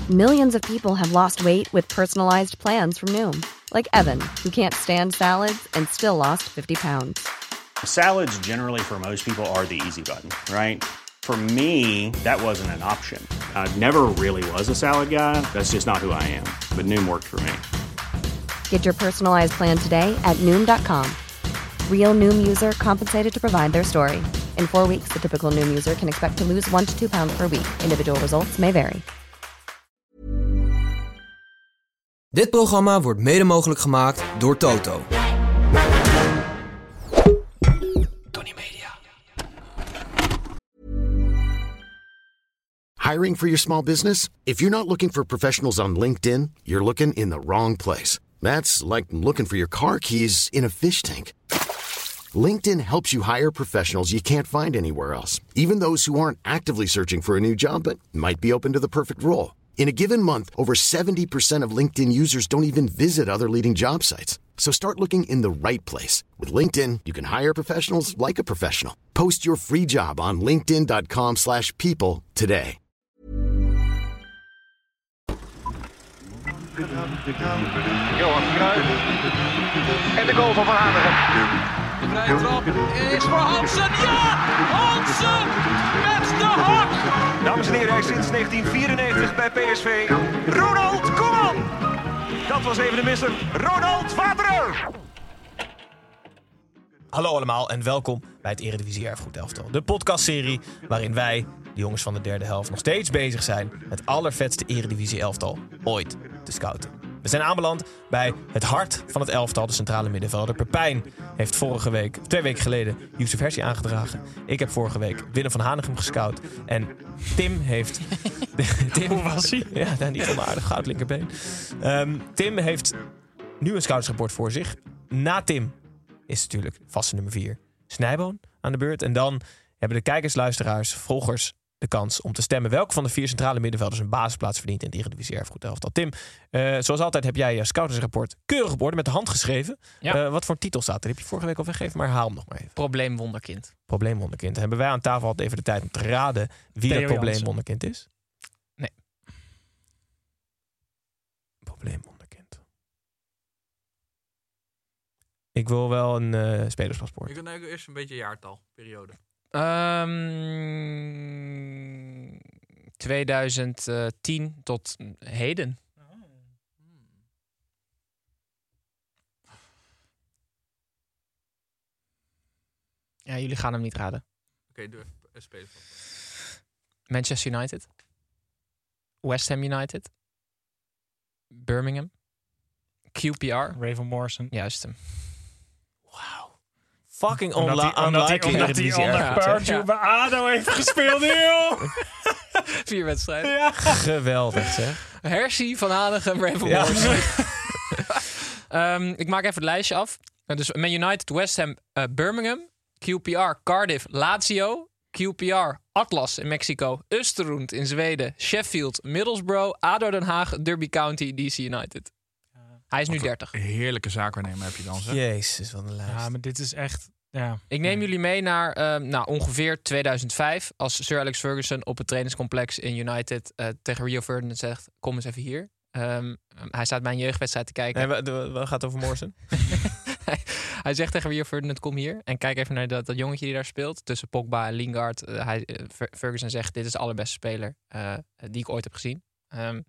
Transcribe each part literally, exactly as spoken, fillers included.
Millions of people have lost weight with personalized plans from Noom. Like Evan, who can't stand salads and still lost fifty pounds. Salads generally for most people are the easy button, right? For me, that wasn't an option. I never really was a salad guy. That's just not who I am. But Noom worked for me. Get your personalized plan today at Noom dot com. Real Noom user compensated to provide their story. In four weeks, the typical Noom user can expect to lose one to two pounds per week. Individual results may vary. Dit programma wordt mede mogelijk gemaakt door Toto. Tony Media. Hiring for your small business? If you're not looking for professionals on LinkedIn, you're looking in the wrong place. That's like looking for your car keys in a fish tank. LinkedIn helps you hire professionals you can't find anywhere else, even those who aren't actively searching for a new job but might be open to the perfect role. In a given month, over seventy percent of LinkedIn users don't even visit other leading job sites. So start looking in the right place. With LinkedIn, you can hire professionals like a professional. Post your free job on linkedin dot com slash people today. Johan Cruijff. En de goal van Van Hanegem. De vrije trap is voor Hansen. Ja! Hansen met de hak! Dames en heren, hij is sinds negentien vierennegentig bij P S V. Ronald Koeman! Dat was even de misser. Ronald Waterer! Hallo allemaal en welkom bij het Eredivisie Erfgoed Elftal. De podcastserie waarin wij, de jongens van de derde helft, nog steeds bezig zijn het allervetste Eredivisie Elftal ooit te scouten. We zijn aanbeland bij het hart van het elftal, de centrale middenvelder. Pepijn heeft vorige week, twee weken geleden, Youssef Hersi aangedragen. Ik heb vorige week Willem van Hanegem gescout. En Tim heeft... Tim, Hoe was hij? Ja, nou, niet onaardig, goud linkerbeen. Um, Tim heeft nu een scoutsrapport voor zich. Na Tim is natuurlijk vaste nummer vier Snijboon aan de beurt. En dan hebben de kijkers, luisteraars, volgers de kans om te stemmen welke van de vier centrale middenvelders een basisplaats verdient in de Eredivisie Erfgoed Elftal. Tim, uh, zoals altijd heb jij je scoutersrapport keurig op orde met de hand geschreven. Ja. Uh, wat voor titel staat er? Die heb je vorige week al weggegeven, maar haal hem nog maar even. Probleemwonderkind. Probleemwonderkind. Hebben wij aan tafel altijd even de tijd om te raden wie Theo dat probleemwonderkind is? Nee. Probleemwonderkind. Ik wil wel een uh, spelerspaspoort. Ik wil nou eerst een beetje jaartal, periode. Um, twintig tien tot heden. Oh. Hmm. Ja, jullie gaan hem niet raden. Oké, okay, doe even spelen. Manchester United. West Ham United. Birmingham. Q P R. Raven Morrison. Juist hem. Wauw. Fucking omdat onla- hij, omdat hij, omdat hij onder Pardew bij ADO heeft gespeeld, joh. Vier wedstrijden. Ja. Geweldig, zeg. Hersi, Van Hanegem, Raven ja. Morrison. um, ik maak even het lijstje af. Dus Man United, West Ham, uh, Birmingham, Q P R, Cardiff, Lazio, Q P R, Atlas in Mexico, Östersund in Zweden, Sheffield, Middlesbrough, A D O Den Haag, Derby County, D C United. Hij is nu dertig. Heerlijke zaakwaarnemer heb je dan, zeg. Jezus, wat een lijst. Ja, maar dit is echt... Ja. Ik neem jullie mee naar uh, nou, ongeveer tweeduizend vijf... als Sir Alex Ferguson op het trainingscomplex in United... Uh, tegen Rio Ferdinand zegt, kom eens even hier. Um, hij staat mijn jeugdwedstrijd te kijken. Nee, wat gaat het over Morrison? hij, hij zegt tegen Rio Ferdinand, kom hier. En kijk even naar dat, dat jongetje die daar speelt. Tussen Pogba en Lingard. Uh, hij, uh, Ferguson zegt, dit is de allerbeste speler uh, die ik ooit heb gezien. Um,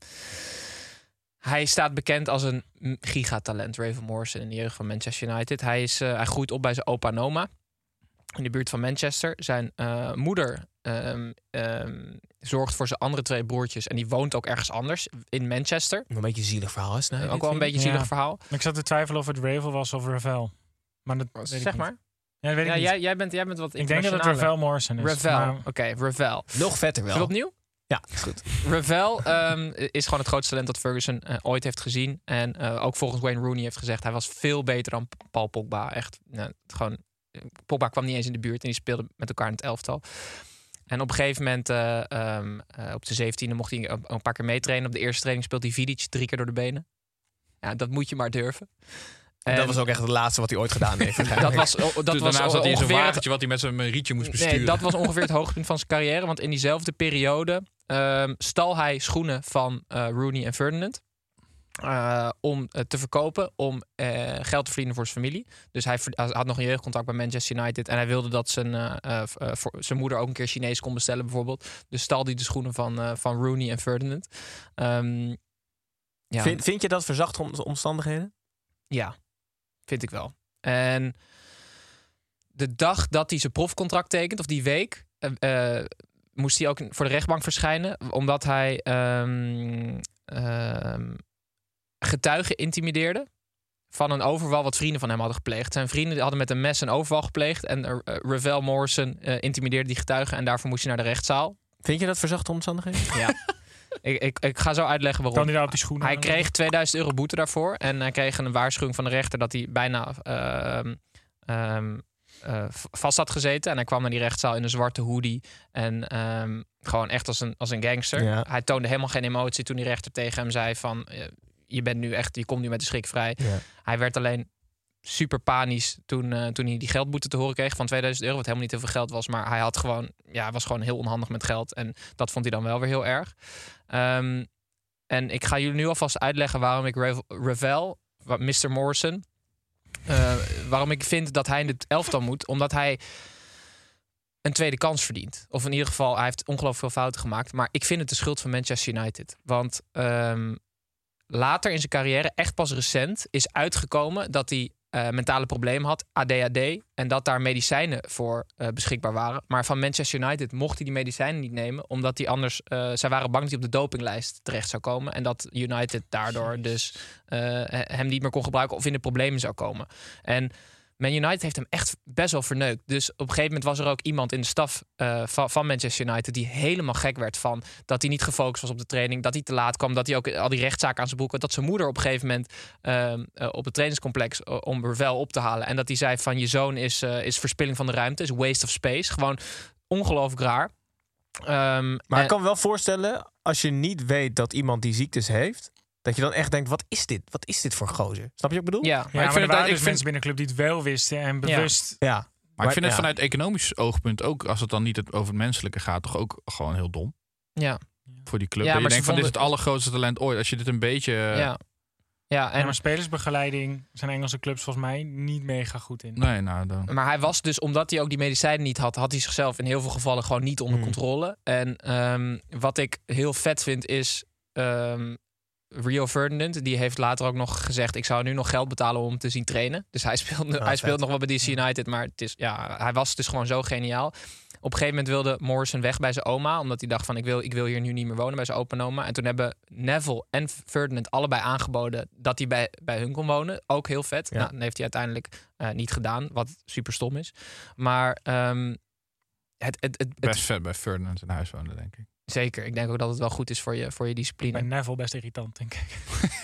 Hij staat bekend als een gigatalent, Raven Morrison, in de jeugd van Manchester United. Hij, is, uh, hij groeit op bij zijn opa en oma in de buurt van Manchester. Zijn uh, moeder um, um, zorgt voor zijn andere twee broertjes en die woont ook ergens anders in Manchester. Een beetje een zielig verhaal is. Nee, ook wel een beetje een zielig ja. verhaal. Ik zat te twijfelen of het Ravel was of Ravel. Maar dat weet zeg ik maar. Niet. Ja, dat weet ja, ik jij, niet. jij, bent, jij bent wat Ik denk dat het Ravel Morrison is. Ravel, maar... oké, okay, Ravel. Nog vetter wel. Zullen we opnieuw? Ja, is goed. Ravel um, is gewoon het grootste talent dat Ferguson uh, ooit heeft gezien. En uh, ook volgens Wayne Rooney heeft gezegd... hij was veel beter dan Paul Pogba. Echt, uh, gewoon, Pogba kwam niet eens in de buurt... en die speelden met elkaar in het elftal. En op een gegeven moment... Uh, um, uh, op de zeventiende mocht hij een, een paar keer meetrainen. Op de eerste training speelt hij Vidic drie keer door de benen. Ja, dat moet je maar durven. En dat was ook echt het laatste wat hij ooit gedaan heeft. dat was, dat dus was zat hij in zo'n ongeveer wagentje wat hij met zijn rietje moest besturen. Nee, dat was ongeveer het hoogtepunt van zijn carrière. Want in diezelfde periode um, stal hij schoenen van uh, Rooney en Ferdinand. Uh, om uh, te verkopen, om uh, geld te verdienen voor zijn familie. Dus hij, hij had nog een jeugdcontract bij Manchester United. En hij wilde dat zijn, uh, uh, voor zijn moeder ook een keer Chinees kon bestellen bijvoorbeeld. Dus stal hij de schoenen van, uh, van Rooney en Ferdinand. Um, ja. vind, vind je dat verzachte om, omstandigheden? Ja, vind ik wel. En de dag dat hij zijn profcontract tekent, of die week... Uh, uh, moest hij ook voor de rechtbank verschijnen. Omdat hij... Um, um, getuigen intimideerde van een overval wat vrienden van hem hadden gepleegd. Zijn vrienden hadden met een mes een overval gepleegd en uh, Ravel Morrison uh, intimideerde die getuigen en daarvoor moest hij naar de rechtszaal. Vind je dat verzachte omstandigheden? Ja. ik, ik, ik ga zo uitleggen waarom. Kan hij daar op die schoenen? Hij kreeg tweeduizend euro boete daarvoor en hij kreeg een waarschuwing van de rechter dat hij bijna uh, um, uh, vast had gezeten. En hij kwam naar die rechtszaal in een zwarte hoodie en um, gewoon echt als een, als een gangster. Ja. Hij toonde helemaal geen emotie toen die rechter tegen hem zei van... Uh, je bent nu echt, je komt nu met de schrik vrij. Ja. Hij werd alleen super panisch toen, uh, toen hij die geldboete te horen kreeg van tweeduizend euro, wat helemaal niet heel veel geld was, maar hij had gewoon, ja, was gewoon heel onhandig met geld en dat vond hij dan wel weer heel erg. Um, en ik ga jullie nu alvast uitleggen waarom ik Ravel, mister Morrison, uh, waarom ik vind dat hij in het elftal moet, omdat hij een tweede kans verdient. Of in ieder geval, hij heeft ongelooflijk veel fouten gemaakt, maar ik vind het de schuld van Manchester United. Want um, later in zijn carrière, echt pas recent, is uitgekomen dat hij uh, mentale problemen had, A D H D, en dat daar medicijnen voor uh, beschikbaar waren. Maar van Manchester United mocht hij die medicijnen niet nemen, omdat hij anders, uh, zij waren bang dat hij op de dopinglijst terecht zou komen en dat United daardoor dus uh, hem niet meer kon gebruiken of in de problemen zou komen. En Man United heeft hem echt best wel verneukt. Dus op een gegeven moment was er ook iemand in de staf uh, van, van Manchester United die helemaal gek werd van dat hij niet gefocust was op de training, dat hij te laat kwam, dat hij ook al die rechtszaken aan zijn broek had, dat zijn moeder op een gegeven moment uh, uh, op het trainingscomplex uh, om Ravel op te halen en dat hij zei van je zoon is, uh, is verspilling van de ruimte, is waste of space. Gewoon ongelooflijk raar. Um, maar en... ik kan me wel voorstellen, als je niet weet dat iemand die ziektes heeft, dat je dan echt denkt, wat is dit? Wat is dit voor gozer? Snap je wat ik bedoel? Ja, maar, ja, maar ik vind er waren dus mensen binnen de club die het wel wisten en bewust. Ja, ja. Maar, maar ik vind ja. het vanuit economisch oogpunt ook, als het dan niet over het menselijke gaat, toch ook gewoon heel dom. Ja. Voor die club. Ja, dat je maar denkt van, vonden... dit is het allergrootste talent ooit. Als je dit een beetje... Ja. Ja, en... ja, maar spelersbegeleiding zijn Engelse clubs volgens mij niet mega goed in. Nee, nou dan. Maar hij was dus, omdat hij ook die medicijnen niet had, had hij zichzelf in heel veel gevallen gewoon niet onder hmm. controle. En um, wat ik heel vet vind is... Um, Rio Ferdinand, die heeft later ook nog gezegd, ik zou nu nog geld betalen om hem te zien trainen. Dus hij speelt, oh, hij speelt nog wel bij D C United, maar het is, ja, hij was dus gewoon zo geniaal. Op een gegeven moment wilde Morrison weg bij zijn oma, omdat hij dacht van ik wil, ik wil hier nu niet meer wonen bij zijn opa en oma. En toen hebben Neville en Ferdinand allebei aangeboden dat hij bij, bij hun kon wonen. Ook heel vet. Ja. Nou, dat heeft hij uiteindelijk uh, niet gedaan, wat super stom is. Maar um, het, het, het, best het, vet bij Ferdinand in huis wonen, denk ik. Zeker. Ik denk ook dat het wel goed is voor je, voor je discipline. Bij Neville best irritant, denk ik.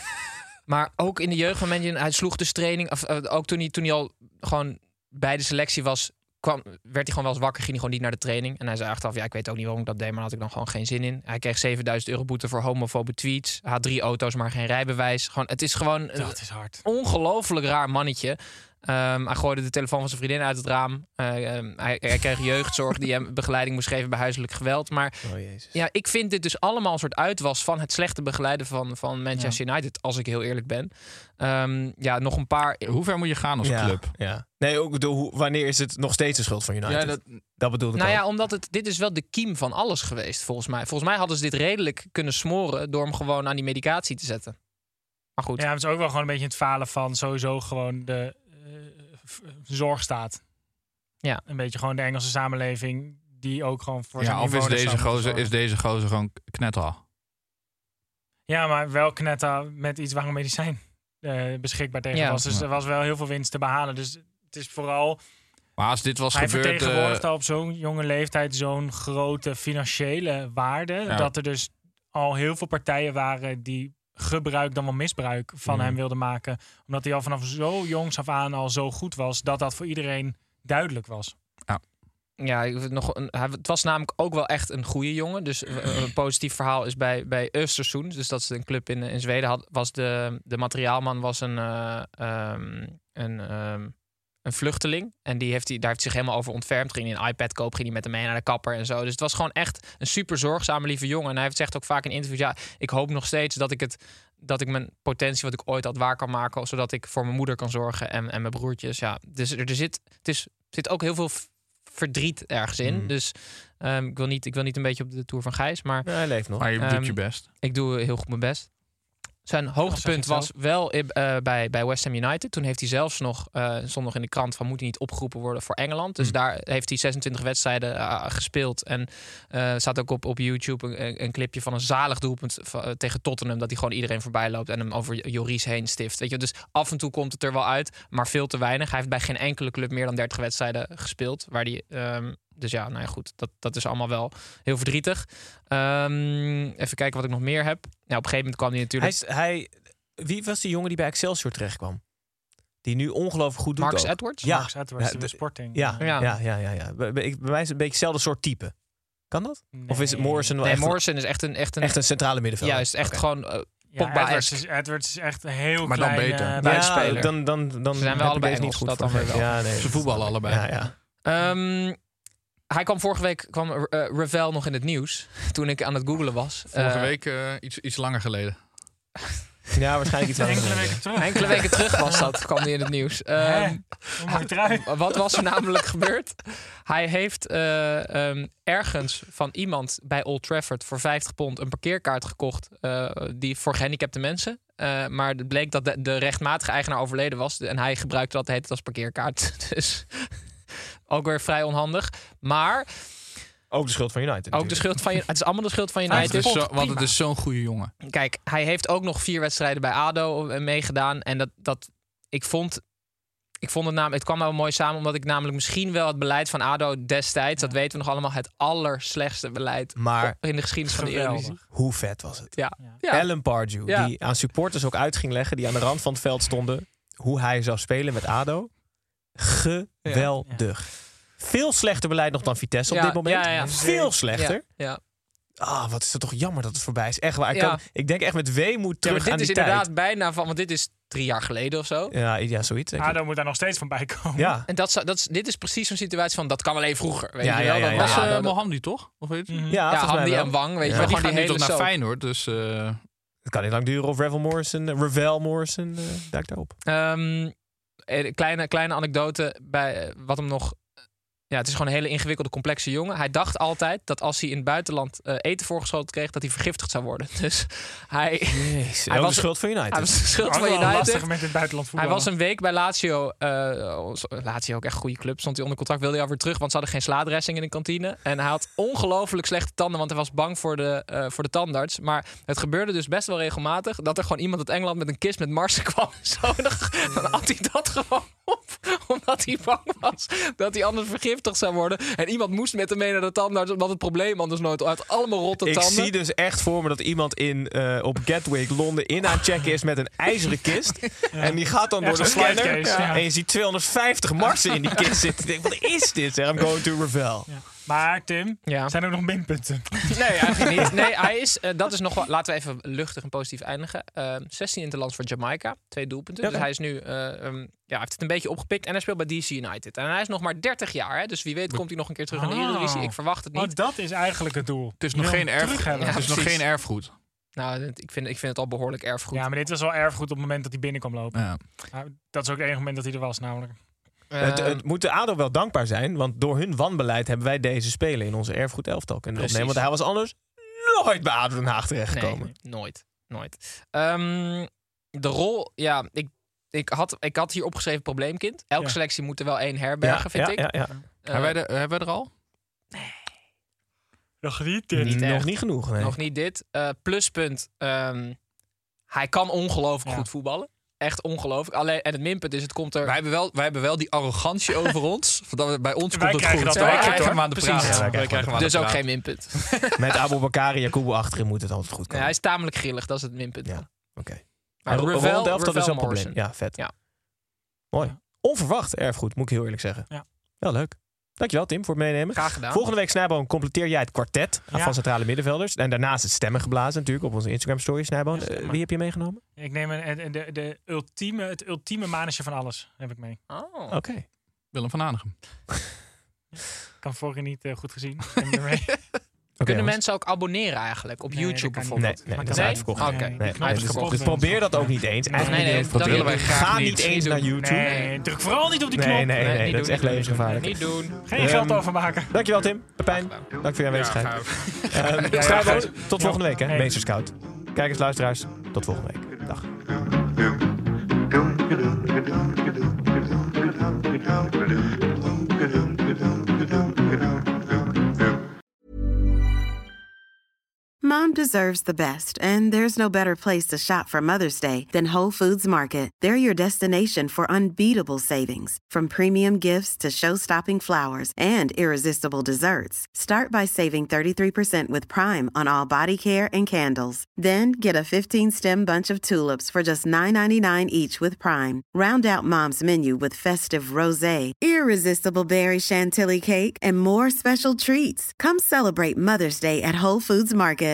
Maar ook in de jeugd van Manchester, hij sloeg dus training. Of, uh, ook toen hij, toen hij al gewoon bij de selectie was, kwam, werd hij gewoon wel eens wakker, ging hij gewoon niet naar de training. En hij zei achteraf, ja, ik weet ook niet waarom ik dat deed, maar daar had ik dan gewoon geen zin in. Hij kreeg zevenduizend euro boete voor homofobe tweets. Hij had drie auto's, maar geen rijbewijs. Gewoon, het is gewoon een dat is hard. ongelooflijk raar mannetje. Um, hij gooide de telefoon van zijn vriendin uit het raam. Uh, um, hij, hij kreeg jeugdzorg die hem begeleiding moest geven bij huiselijk geweld. Maar oh, Jezus. Ja, ik vind dit dus allemaal een soort uitwas van het slechte begeleiden van, van Manchester ja. United, als ik heel eerlijk ben. Um, ja, nog een paar... Hoe ver moet je gaan als ja, club? Ja. Nee, ook de, hoe, wanneer is het nog steeds de schuld van United? Ja, dat... dat bedoelde ik Nou ook. ja, omdat het, dit is wel de kiem van alles geweest, volgens mij. Volgens mij hadden ze dit redelijk kunnen smoren door hem gewoon aan die medicatie te zetten. Maar goed. Ja, het is ook wel gewoon een beetje het falen van sowieso gewoon de zorgstaat. Ja. Een beetje gewoon de Engelse samenleving die ook gewoon voor zijn ja, of is deze, gozer, is deze gozer gewoon knetter? Ja, maar wel knetter met iets waar een medicijn uh, beschikbaar tegen ja. was. Dus ja. er was wel heel veel winst te behalen. Dus het is vooral... Maar als dit was hij gebeurd... Hij vertegenwoordigt uh... al op zo'n jonge leeftijd zo'n grote financiële waarde. Ja. Dat er dus al heel veel partijen waren die gebruik dan wel misbruik van mm. hem wilde maken. Omdat hij al vanaf zo jongs af aan al zo goed was, dat dat voor iedereen duidelijk was. Ja, ja nog een, het was namelijk ook wel echt een goede jongen. Dus een positief verhaal is bij, bij Östersund, dus dat is een club in, in Zweden, had, was de, de materiaalman was een, uh, um, een, um, een vluchteling. En die heeft hij, daar heeft hij zich helemaal over ontfermd. Ging hij een iPad kopen, ging hij met hem mee naar de kapper en zo. Dus het was gewoon echt een super zorgzame, lieve jongen. En hij zegt ook vaak in interviews... ja, ik hoop nog steeds dat ik, het, dat ik mijn potentie wat ik ooit had waar kan maken... zodat ik voor mijn moeder kan zorgen en, en mijn broertjes. Ja, dus er, er zit, het is, zit ook heel veel verdriet ergens in. Mm. Dus um, ik, wil niet, ik wil niet een beetje op de Tour van Gijs. Maar, ja, hij leeft nog. Maar je um, doet je best. Ik doe heel goed mijn best. Zijn hoogtepunt was wel uh, bij, bij West Ham United. Toen heeft hij zelfs nog, uh, stond nog in de krant van... moet hij niet opgeroepen worden voor Engeland. Dus mm. daar heeft hij zesentwintig wedstrijden uh, gespeeld. En uh, staat ook op, op YouTube een, een clipje van een zalig doelpunt van, uh, tegen Tottenham... dat hij gewoon iedereen voorbij loopt en hem over Joris heen stift. Weet je? Dus af en toe komt het er wel uit, maar veel te weinig. Hij heeft bij geen enkele club meer dan dertig wedstrijden gespeeld. Waar die, um, dus ja, nou ja, goed. Dat, dat is allemaal wel heel verdrietig. Um, even kijken wat ik nog meer heb. Ja, op een gegeven moment kwam hij natuurlijk... Hij, hij, wie was die jongen die bij Excelsior terecht kwam? Die nu ongelooflijk goed doet. Marcus ook. Edwards? Ja. Marcus Edwards, ja, de Sporting. Ja, ja, ja. ja, ja, ja. Bij, bij mij is het een beetje hetzelfde soort type. Kan dat? Nee. Of is het Morrison wel nee, echt Morrison is echt een, echt een... Echt een centrale middenvelder. Juist, echt okay. gewoon... Uh, Ja, Edwards, is, Edwards is echt een heel maar klein dan beter. Uh, buitenspeler. Ja, dan, dan, dan Ze zijn wel allebei niet Engels, goed dat voor dan weer wel. Ja, nee, Ze voetballen allebei. Ja, ja. Um, hij kwam vorige week kwam uh, Ravel nog in het nieuws. Toen ik aan het googlen was. Vorige uh, week uh, iets, iets langer geleden. Ja, waarschijnlijk iets langer. Enkele weken terug. Enkele weken terug was dat, kwam hij in het nieuws. Um, Hey, wat was er namelijk gebeurd? Hij heeft uh, um, ergens van iemand bij Old Trafford voor vijftig pond een parkeerkaart gekocht. Uh, die voor gehandicapte mensen. Uh, maar het bleek dat de, de rechtmatige eigenaar overleden was. En hij gebruikte dat heet het als parkeerkaart. Dus ook weer vrij onhandig. Maar... Ook de schuld van United. Natuurlijk. Ook de schuld van je. Het is allemaal de schuld van Ja, United. het is zo, want het is zo'n goede jongen. Kijk, hij heeft ook nog vier wedstrijden bij A D O meegedaan. En dat, dat ik vond. Ik vond het namelijk. Het kwam nou mooi samen, omdat ik namelijk misschien wel het beleid van A D O destijds, ja. dat weten we nog allemaal, het allerslechtste beleid maar in de geschiedenis van de Eredivisie. Hoe vet was het? Ja. Ja. Alan Pardew, ja. die aan supporters ook uit ging leggen, die aan de rand van het veld stonden, hoe hij zou spelen met A D O. Geweldig. Ja. Veel slechter beleid nog dan Vitesse op ja, dit moment. Ja, ja. Veel slechter. Ja, ja. Ah, wat is het toch jammer dat het voorbij is. Echt waar. Ik, ja. kan, ik denk echt met weemoed terug ja, aan dit die is tijd. inderdaad bijna van, want dit is drie jaar geleden of zo. Ja, ja zoiets. A D O moet daar nog steeds van bij komen. Ja. En dat, dat is, dit is precies zo'n situatie van, dat kan alleen vroeger. Weet ja, je ja, wel? ja, Dat ja, was ja, uh, ja. Mohamdi toch? Of weet je? Mm-hmm. Ja, ja Hamdi en Wang, weet je ja. wel. Die gaan nu toch naar soap. Feyenoord, dus... Uh... Het kan niet lang duren of Revel Morrison, uh, Revel Morrison, uh, duikt daarop. Um, kleine, kleine anekdote bij uh, wat hem nog... Ja, het is gewoon een hele ingewikkelde, complexe jongen. Hij dacht altijd dat als hij in het buitenland uh, eten voorgeschoten kreeg, dat hij vergiftigd zou worden. Dus hij... Jezus, hij was de schuld van United. Hij was de schuld van United. Lastig met het buitenland voetbal. Hij was een week bij Lazio. Uh, Lazio ook echt een goede club. Stond hij onder contract, wilde hij alweer terug, want ze hadden geen slaadressing in de kantine. En hij had ongelooflijk slechte tanden, want hij was bang voor de, uh, voor de tandarts. Maar het gebeurde dus best wel regelmatig dat er gewoon iemand uit Engeland met een kist met marsen kwam. Zo, dan, dan had hij dat gewoon op, omdat hij bang was dat hij anders vergiftigd zou worden. En iemand moest met hem mee naar de tandarts, omdat het probleem anders nooit uit. Allemaal rotte ik tanden. Ik zie dus echt voor me dat iemand in, uh, op Gatwick, Londen, in aan het checken is met een ijzeren kist. Ja. En die gaat dan ja, door de scanner. Ja. En je ziet tweehonderdvijftig marsen in die kist zitten. Ik denk, wat is dit? Zeg, I'm going to Revel. Ja. Maar Tim, ja. zijn er nog minpunten? Nee, eigenlijk niet. Nee, hij is, uh, dat is nog wel, laten we even luchtig en positief eindigen. Uh, zestien interlands voor Jamaica. Twee doelpunten. Ja, dus hij is nu, uh, um, ja, heeft het een beetje opgepikt. En hij speelt bij D C United. En hij is nog maar dertig jaar. Hè? Dus wie weet komt hij nog een keer terug oh. in de Eredivisie. Ik verwacht het niet. Oh, dat is eigenlijk het doel. Het is nog, geen, erf- ja, het is nog geen erfgoed. Nou, ik vind, ik vind het al behoorlijk erfgoed. Ja, maar dit was wel erfgoed op het moment dat hij binnen kwam lopen. Ja. Nou, dat is ook het enige moment dat hij er was, namelijk. Uh, het, het moet de A D O wel dankbaar zijn, want door hun wanbeleid hebben wij deze speler in onze erfgoed elftal kunnen opnemen. Want hij was anders nooit bij A D O Den Haag terechtgekomen. Nee, nooit. Nooit. Um, de rol, ja, ik, ik, had, ik had hier opgeschreven probleemkind. Elke ja. selectie moet er wel één herbergen, ja, vind ja, ik. Ja, ja. Uh, hebben, wij de, hebben wij er al? Nee. Nog niet dit. Niet nog niet genoeg. Nee. Nog niet dit. Uh, pluspunt, um, hij kan ongelooflijk ja. goed voetballen. Echt ongelooflijk. Alleen, en het minpunt is, het komt er... Wij hebben wel, wij hebben wel die arrogantie over ons. Dat bij ons wij komt het goed. Dat wij wij krijgen hem aan de praat. Ja, wij krijgen hem aan dus de ook praat. geen minpunt. Met Aboubakari, Yakubu achterin moet het altijd goed komen. Ja, hij is tamelijk grillig, dat is het minpunt. Ja, oké. Okay. Maar maar Revel, rond elftal is een probleem. Morrison. Ja, vet. Ja. Mooi. Ja. Onverwacht erfgoed, moet ik heel eerlijk zeggen. Ja. Wel leuk. Dankjewel Tim voor het meenemen. Graag gedaan. Volgende week, Snijboon, completeer jij het kwartet ja. van centrale middenvelders. En daarnaast het stemmen geblazen natuurlijk op onze Instagram story. Snijboon, ja, uh, wie heb je meegenomen? Ik neem een, de, de, de ultieme, het ultieme manetje van alles heb ik mee. Oh. Oké. Okay. Willem van Hanegem. Ik kan vorige niet uh, goed gezien. Mee. Okay, Kunnen jongens. mensen ook abonneren eigenlijk? Op nee, YouTube bijvoorbeeld? Nee, nee dat is uitverkocht. Oké. Okay. Nee, nee, dus, dus probeer dat ook niet eens. Nee, nee, nee, dat willen wij graag Ga niet eens naar YouTube. Nee, druk vooral niet op die knop. Nee, nee, nee, nee dat is echt levensgevaarlijk. Niet doen. Geen um, geld overmaken. Dankjewel Tim, Pepijn. Dank voor je aanwezigheid. Ja, um, ja, ja, ja, tot volgende week, hè, nee. Meester Scout. Kijkers, luisteraars, tot volgende week. Dag. Mom deserves the best, and there's no better place to shop for Mother's Day than Whole Foods Market. They're your destination for unbeatable savings, from premium gifts to show-stopping flowers and irresistible desserts. Start by saving thirty-three percent with Prime on all body care and candles. Then get a fifteen-stem bunch of tulips for just nine ninety-nine each with Prime. Round out Mom's menu with festive rosé, irresistible berry chantilly cake, and more special treats. Come celebrate Mother's Day at Whole Foods Market.